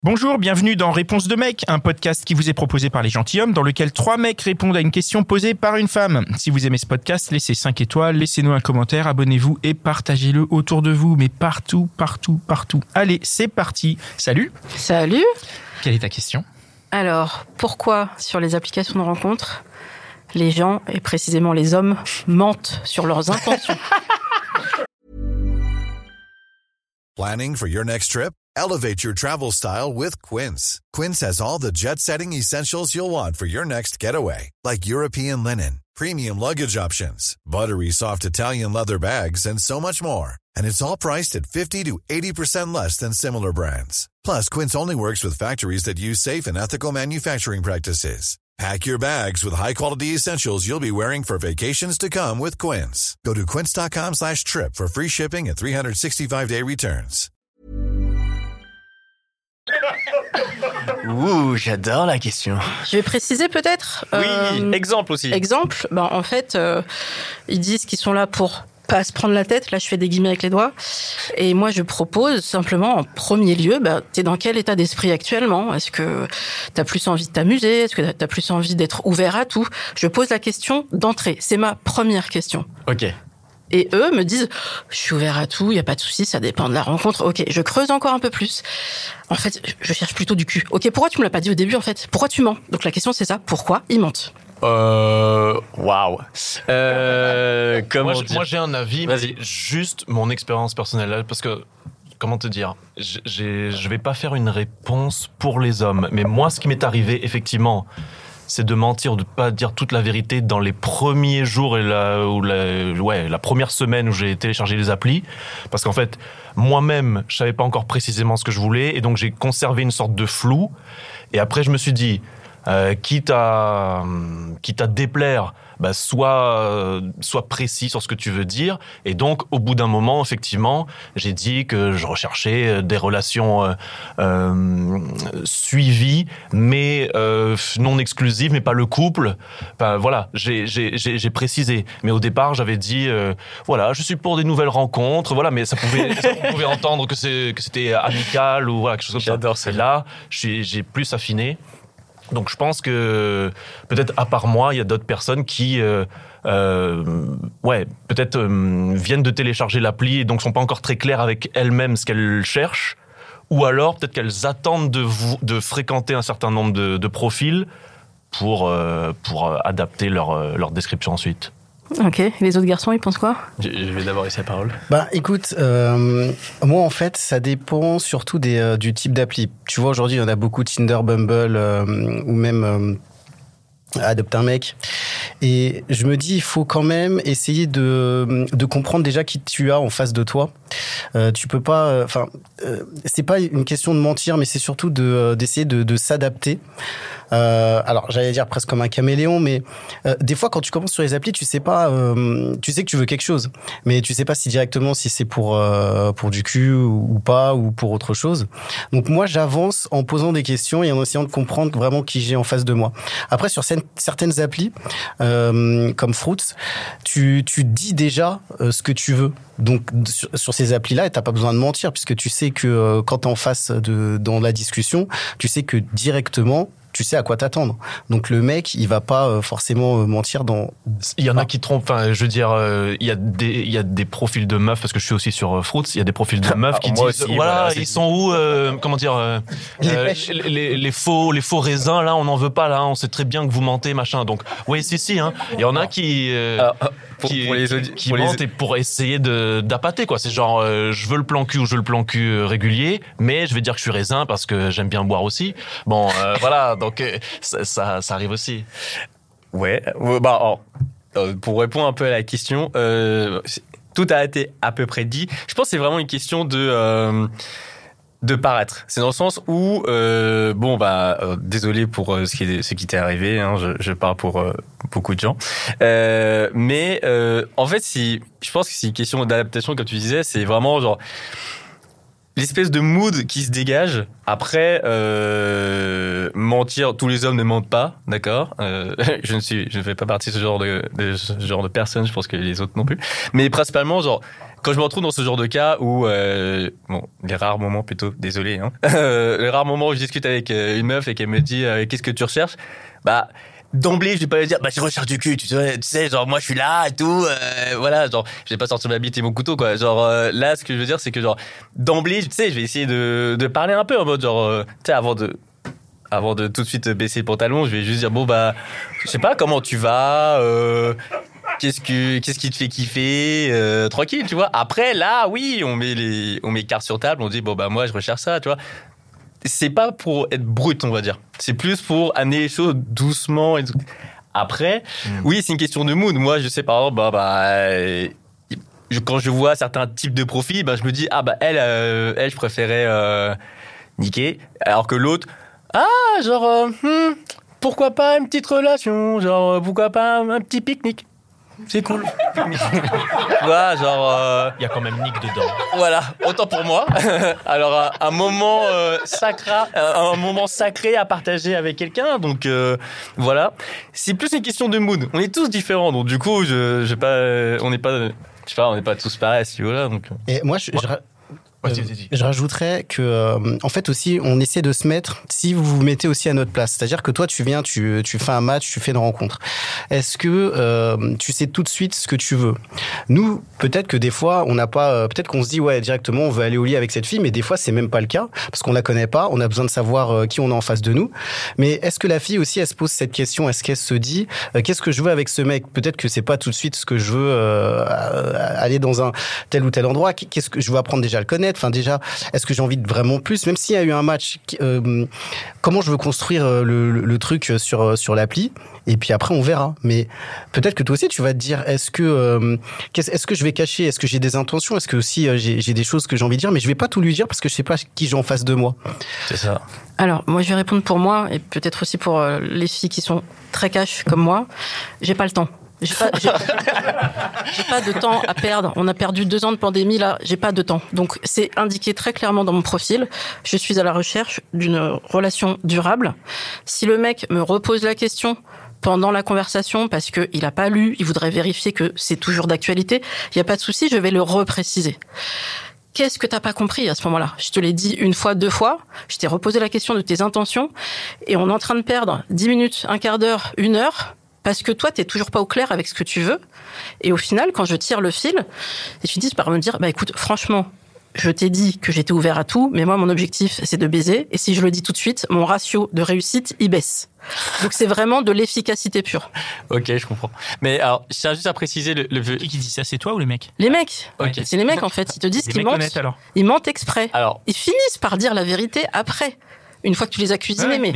Bonjour, bienvenue dans Réponse de mec, un podcast qui vous est proposé par les gentilshommes dans lequel 3 mecs répondent à une question posée par une femme. Si vous aimez ce podcast, laissez 5 étoiles, laissez-nous un commentaire, abonnez-vous et partagez-le autour de vous, mais partout. Allez, c'est parti. Salut. Salut. Quelle est ta question ? Alors, pourquoi sur les applications de rencontres, les gens, et précisément les hommes, mentent sur leurs intentions ? Planning for your next trip? Elevate your travel style with Quince. Quince has all the jet-setting essentials you'll want for your next getaway, like European linen, premium luggage options, buttery soft Italian leather bags, and so much more. And it's all priced at 50 to 80% less than similar brands. Plus, Quince only works with factories that use safe and ethical manufacturing practices. Pack your bags with high-quality essentials you'll be wearing for vacations to come with Quince. Go to quince.com/trip for free shipping and 365-day returns. Ouh, j'adore la question. Je vais préciser peut-être. Oui, exemple aussi. Exemple, en fait, ils disent qu'ils sont là pour pas se prendre la tête. Là, je fais des guillemets avec les doigts. Et moi, je propose simplement, en premier lieu, t'es dans quel état d'esprit actuellement ? Est-ce que t'as plus envie de t'amuser ? Est-ce que t'as plus envie d'être ouvert à tout ? Je pose la question d'entrée. C'est ma première question. Ok. Et eux me disent, je suis ouvert à tout, il n'y a pas de souci, ça dépend de la rencontre. Ok, je creuse encore un peu plus. En fait, je cherche plutôt du cul. Ok, pourquoi tu me l'as pas dit au début, en fait ? Pourquoi tu mens ? Donc la question, c'est ça, pourquoi ils mentent ? Waouh. Moi, j'ai un avis, mais juste mon expérience personnelle là, parce que, comment te dire, je vais pas faire une réponse pour les hommes, mais moi, ce qui m'est arrivé, effectivement, c'est de mentir ou de pas dire toute la vérité dans les premiers jours et la première semaine où j'ai téléchargé les applis, parce qu'en fait, moi-même, je savais pas encore précisément ce que je voulais, et donc j'ai conservé une sorte de flou, et après je me suis dit, quitte à déplaire, sois précis sur ce que tu veux dire. Et donc, au bout d'un moment, effectivement, j'ai dit que je recherchais des relations suivies, mais non exclusives, mais pas le couple. Voilà, j'ai précisé. Mais au départ, j'avais dit, voilà, je suis pour des nouvelles rencontres. Voilà, mais on pouvait entendre que c'était amical ou voilà quelque chose comme ça. J'adore ça. Et là, j'ai plus affiné. Donc je pense que peut-être à part moi, il y a d'autres personnes qui peut-être viennent de télécharger l'appli et donc sont pas encore très claires avec elles-mêmes ce qu'elles cherchent, ou alors peut-être qu'elles attendent de fréquenter un certain nombre de profils pour adapter leur description ensuite. Ok, les autres garçons, ils pensent quoi ? Je vais d'abord laisser la parole. Écoute, moi en fait, ça dépend surtout du type d'appli. Tu vois, aujourd'hui, il y en a beaucoup, Tinder, Bumble, ou même Adopte un mec. Et je me dis, il faut quand même essayer de comprendre déjà qui tu as en face de toi. Tu peux pas, c'est pas une question de mentir, mais c'est surtout d'essayer de s'adapter. Alors, j'allais dire presque comme un caméléon, mais des fois, quand tu commences sur les applis, tu sais pas, tu sais que tu veux quelque chose, mais tu sais pas si directement si c'est pour du cul ou pas, ou pour autre chose. Donc moi, j'avance en posant des questions et en essayant de comprendre vraiment qui j'ai en face de moi. Après, sur certaines applis, comme Fruits, tu dis déjà ce que tu veux. Donc sur ces applis-là, t'as pas besoin de mentir, puisque tu sais que quand t'es en face dans la discussion, tu sais que directement, tu sais à quoi t'attendre. Donc le mec, il va pas forcément mentir dans... Il y en a qui trompent, enfin, je veux dire, il y a des profils de meufs, parce que je suis aussi sur Fruits, il y a des profils de meufs qui disent, aussi, voilà, ils sont où, comment dire, les faux raisins, là, on n'en veut pas, là, on sait très bien que vous mentez, machin. Donc, oui, si, hein. Il y en a qui mentent et pour essayer d'appâter, quoi. C'est genre, je veux le plan cul ou je veux le plan cul régulier, mais je vais dire que je suis raisin parce que j'aime bien boire aussi. Bon, voilà, donc ça arrive aussi. Ouais, pour répondre un peu à la question, tout a été à peu près dit. Je pense que c'est vraiment une question de paraître. C'est dans le sens où, désolé pour ce qui t'est arrivé, hein, je parle pour beaucoup de gens. Mais en fait, je pense que c'est une question d'adaptation, comme tu disais, c'est vraiment genre l'espèce de mood qui se dégage. Après, mentir, tous les hommes ne mentent pas, d'accord. Je ne fais pas partie de ce genre de personne. Je pense que les autres non plus. Mais principalement, genre, quand je me retrouve dans ce genre de cas où, bon, les rares moments plutôt, désolé, hein, les rares moments où je discute avec une meuf et qu'elle me dit qu'est-ce que tu recherches, bah d'emblée, je vais pas lui dire je recherche du cul, tu sais, genre moi je suis là et tout, voilà, genre je vais pas sortir ma bite et mon couteau quoi. Genre là, ce que je veux dire, c'est que genre d'emblée, tu sais, je vais essayer de parler un peu en mode genre, tu sais, avant de tout de suite baisser le pantalon, je vais juste dire bon bah, je sais pas comment tu vas. Qu'est-ce qui te fait kiffer, tranquille, tu vois. Après, là, oui, on met cartes sur table, on dit, bon, bah, moi, je recherche ça, tu vois. C'est pas pour être brut, on va dire. C'est plus pour amener les choses doucement. Et tout. Après, oui, c'est une question de mood. Moi, je sais, par exemple, quand je vois certains types de profils, bah, je me dis, ah, bah, elle, je préférais niquer. Alors que l'autre, genre, pourquoi pas une petite relation? Genre, pourquoi pas un petit pique-nique? C'est cool. Voilà, genre. Il y a quand même Nick dedans. Voilà, autant pour moi. Alors, un moment sacré à partager avec quelqu'un. Donc, voilà. C'est plus une question de mood. On est tous différents. Donc, du coup, on n'est pas tous pareils à ce niveau-là. Donc. Et moi, je rajouterais que, en fait aussi, on essaie de se mettre, si vous vous mettez aussi à notre place. C'est-à-dire que toi, tu viens, tu fais un match, tu fais une rencontre. Est-ce que tu sais tout de suite ce que tu veux? Nous, peut-être que des fois, on n'a pas, peut-être qu'on se dit, ouais, directement, on veut aller au lit avec cette fille, mais des fois, c'est même pas le cas, parce qu'on la connaît pas, on a besoin de savoir qui on a en face de nous. Mais est-ce que la fille aussi, elle se pose cette question? Est-ce qu'elle se dit, qu'est-ce que je veux avec ce mec? Peut-être que c'est pas tout de suite ce que je veux, aller dans un tel ou tel endroit. Qu'est-ce que je veux apprendre déjà à le connaître? Enfin, déjà, est-ce que j'ai envie de vraiment plus? Même s'il y a eu un match, comment je veux construire le truc sur l'appli? Et puis après, on verra. Mais peut-être que toi aussi, tu vas te dire, est-ce que je vais cacher? Est-ce que j'ai des intentions? Est-ce que aussi j'ai des choses que j'ai envie de dire? Mais je vais pas tout lui dire parce que je sais pas qui j'ai en face de moi. C'est ça. Alors, moi, je vais répondre pour moi et peut-être aussi pour les filles qui sont très cash comme moi. J'ai pas le temps. J'ai pas de temps à perdre. On a perdu 2 ans de pandémie, là. J'ai pas de temps. Donc, c'est indiqué très clairement dans mon profil. Je suis à la recherche d'une relation durable. Si le mec me repose la question pendant la conversation parce qu'il a pas lu, il voudrait vérifier que c'est toujours d'actualité, il y a pas de souci, je vais le repréciser. Qu'est-ce que t'as pas compris à ce moment-là? Je te l'ai dit 1 fois, 2 fois. Je t'ai reposé la question de tes intentions et on est en train de perdre 10 minutes, un quart d'heure, 1 heure. Parce que toi, t'es toujours pas au clair avec ce que tu veux. Et au final, quand je tire le fil, ils finissent par me dire, bah écoute, franchement, je t'ai dit que j'étais ouvert à tout, mais moi, mon objectif, c'est de baiser. Et si je le dis tout de suite, mon ratio de réussite, il baisse. Donc c'est vraiment de l'efficacité pure. Ok, je comprends. Mais alors, je tiens juste à préciser Qui dit ça, c'est toi ou les mecs? Les mecs. Ok. C'est les mecs, en fait. Ils te disent qu'ils mentent. Honnêtes, alors. Ils mentent exprès. Alors. Ils finissent par dire la vérité après. Une fois que tu les as cuisinés, mais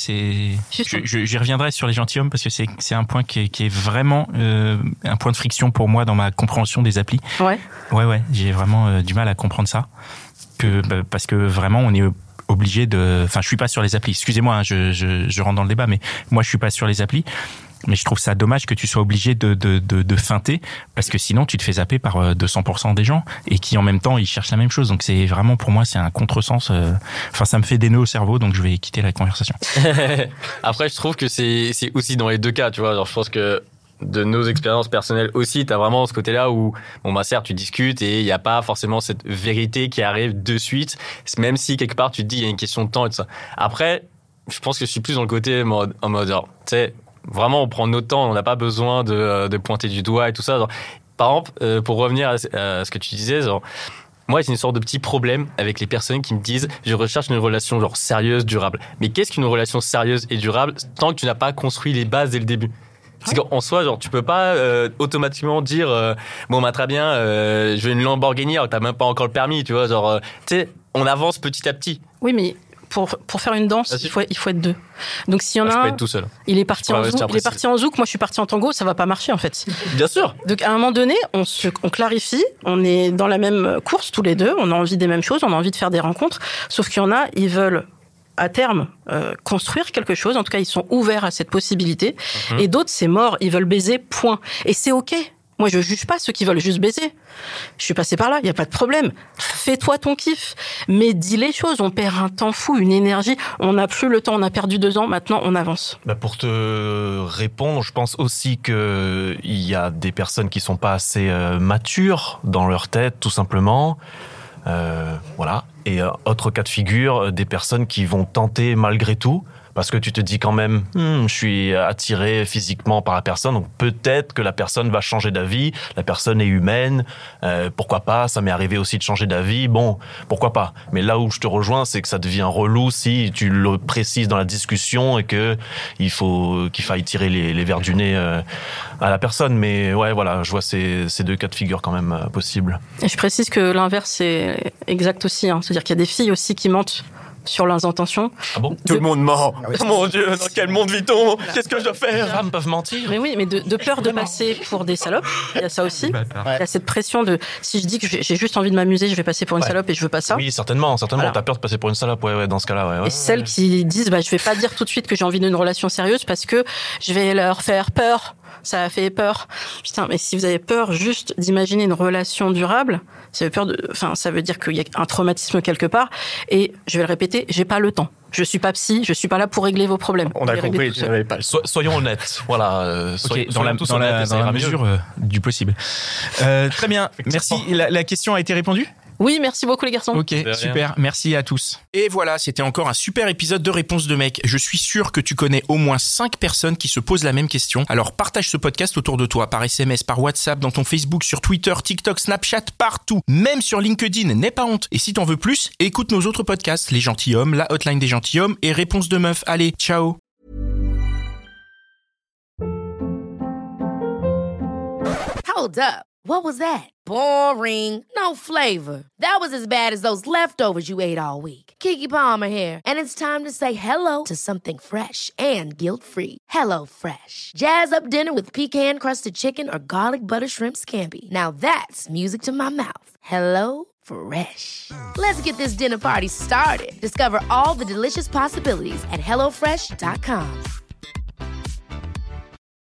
j'y reviendrai sur les gentilshommes parce que c'est un point qui est vraiment un point de friction pour moi dans ma compréhension des applis. Ouais. Ouais, j'ai vraiment du mal à comprendre ça. Parce que vraiment, on est obligé de. Enfin, je suis pas sur les applis. Excusez-moi, hein, je rentre dans le débat, mais moi, je suis pas sur les applis. Mais je trouve ça dommage que tu sois obligé de feinter parce que sinon tu te fais zapper par 200% des gens et qui en même temps ils cherchent la même chose. Donc c'est vraiment pour moi c'est un contresens. Enfin ça me fait des nœuds au cerveau donc je vais quitter la conversation. Après je trouve que c'est aussi dans les 2 cas, tu vois. Alors je pense que de nos expériences personnelles aussi, t'as vraiment ce côté-là où bon bah certes tu discutes et il y a pas forcément cette vérité qui arrive de suite. Même si quelque part tu te dis il y a une question de temps et tout ça. Après je pense que je suis plus dans le côté en mode tu sais. Vraiment, on prend notre temps, on n'a pas besoin de pointer du doigt et tout ça. Genre, par exemple, pour revenir à ce que tu disais, genre, moi, j'ai une sorte de petit problème avec les personnes qui me disent « je recherche une relation genre sérieuse, durable ». Mais qu'est-ce qu'une relation sérieuse et durable tant que tu n'as pas construit les bases dès le début? Parce qu'en soi, genre, tu peux pas automatiquement dire bon, bah, très bien, je veux une Lamborghini alors que t'as même pas encore le permis, tu vois. Genre, tu sais, on avance petit à petit. Oui, mais pour faire une danse, il faut être 2. Donc s'il y en a je peux un, être tout seul. il est parti en zouk, moi je suis parti en tango, ça va pas marcher en fait. Bien sûr. Donc à un moment donné, on clarifie, on est dans la même course tous les 2, on a envie des mêmes choses, on a envie de faire des rencontres, sauf qu'il y en a, ils veulent à terme construire quelque chose, en tout cas ils sont ouverts à cette possibilité, et d'autres c'est mort, ils veulent baiser, point. Et c'est ok. Moi, je juge pas ceux qui veulent juste baiser. Je suis passée par là, il y a pas de problème. Fais-toi ton kiff. Mais dis les choses, on perd un temps fou, une énergie. On n'a plus le temps, on a perdu 2 ans, maintenant on avance. Pour te répondre, je pense aussi qu'il y a des personnes qui sont pas assez matures dans leur tête, tout simplement. Voilà. Et autre cas de figure, des personnes qui vont tenter malgré tout, parce que tu te dis quand même, je suis attiré physiquement par la personne, donc peut-être que la personne va changer d'avis, la personne est humaine, pourquoi pas, ça m'est arrivé aussi de changer d'avis, bon, pourquoi pas. Mais là où je te rejoins, c'est que ça devient relou si tu le précises dans la discussion et qu'il faille tirer les verres du nez à la personne. Mais ouais, voilà, je vois ces 2 cas de figure quand même possibles. Et je précise que l'inverse est exact aussi, hein. C'est-à-dire qu'il y a des filles aussi qui mentent sur leurs intentions. Ah bon ? Tout le monde ment. Mon Dieu, dans quel monde vit-on ? Qu'est-ce que je dois Les faire ? femmes peuvent mentir. Mais oui, mais de peur de passer pour des salopes, il y a ça aussi. Il y a cette pression de, si je dis que j'ai juste envie de m'amuser, je vais passer pour une salope et je veux pas ça. Oui, certainement. Voilà. T'as peur de passer pour une salope, ouais, dans ce cas-là, ouais. Et celles qui disent, je vais pas dire tout de suite que j'ai envie d'une relation sérieuse parce que je vais leur faire peur. Ça a fait peur. Putain, mais si vous avez peur juste d'imaginer une relation durable, ça veut dire qu'il y a un traumatisme quelque part. Et je vais le répéter, j'ai pas le temps. Je suis pas psy, je suis pas là pour régler vos problèmes. On a compris, tu n'avais pas le temps. Soyons honnêtes, voilà. Dans la mesure du possible. Très bien, merci. La question a été répondue ? Oui, merci beaucoup les garçons. Ok, super, merci à tous. Et voilà, c'était encore un super épisode de Réponse de mec. Je suis sûr que tu connais au moins 5 personnes qui se posent la même question. Alors partage ce podcast autour de toi, par SMS, par WhatsApp, dans ton Facebook, sur Twitter, TikTok, Snapchat, partout. Même sur LinkedIn, n'aie pas honte. Et si t'en veux plus, écoute nos autres podcasts, Les Gentilshommes, La Hotline des Gentilshommes et Réponse de meuf. Allez, ciao. Hold up. What was that? Boring. No flavor. That was as bad as those leftovers you ate all week. Keke Palmer here, and it's time to say hello to something fresh and guilt-free. Hello Fresh. Jazz up dinner with pecan-crusted chicken or garlic butter shrimp scampi. Now that's music to my mouth. Hello Fresh. Let's get this dinner party started. Discover all the delicious possibilities at HelloFresh.com.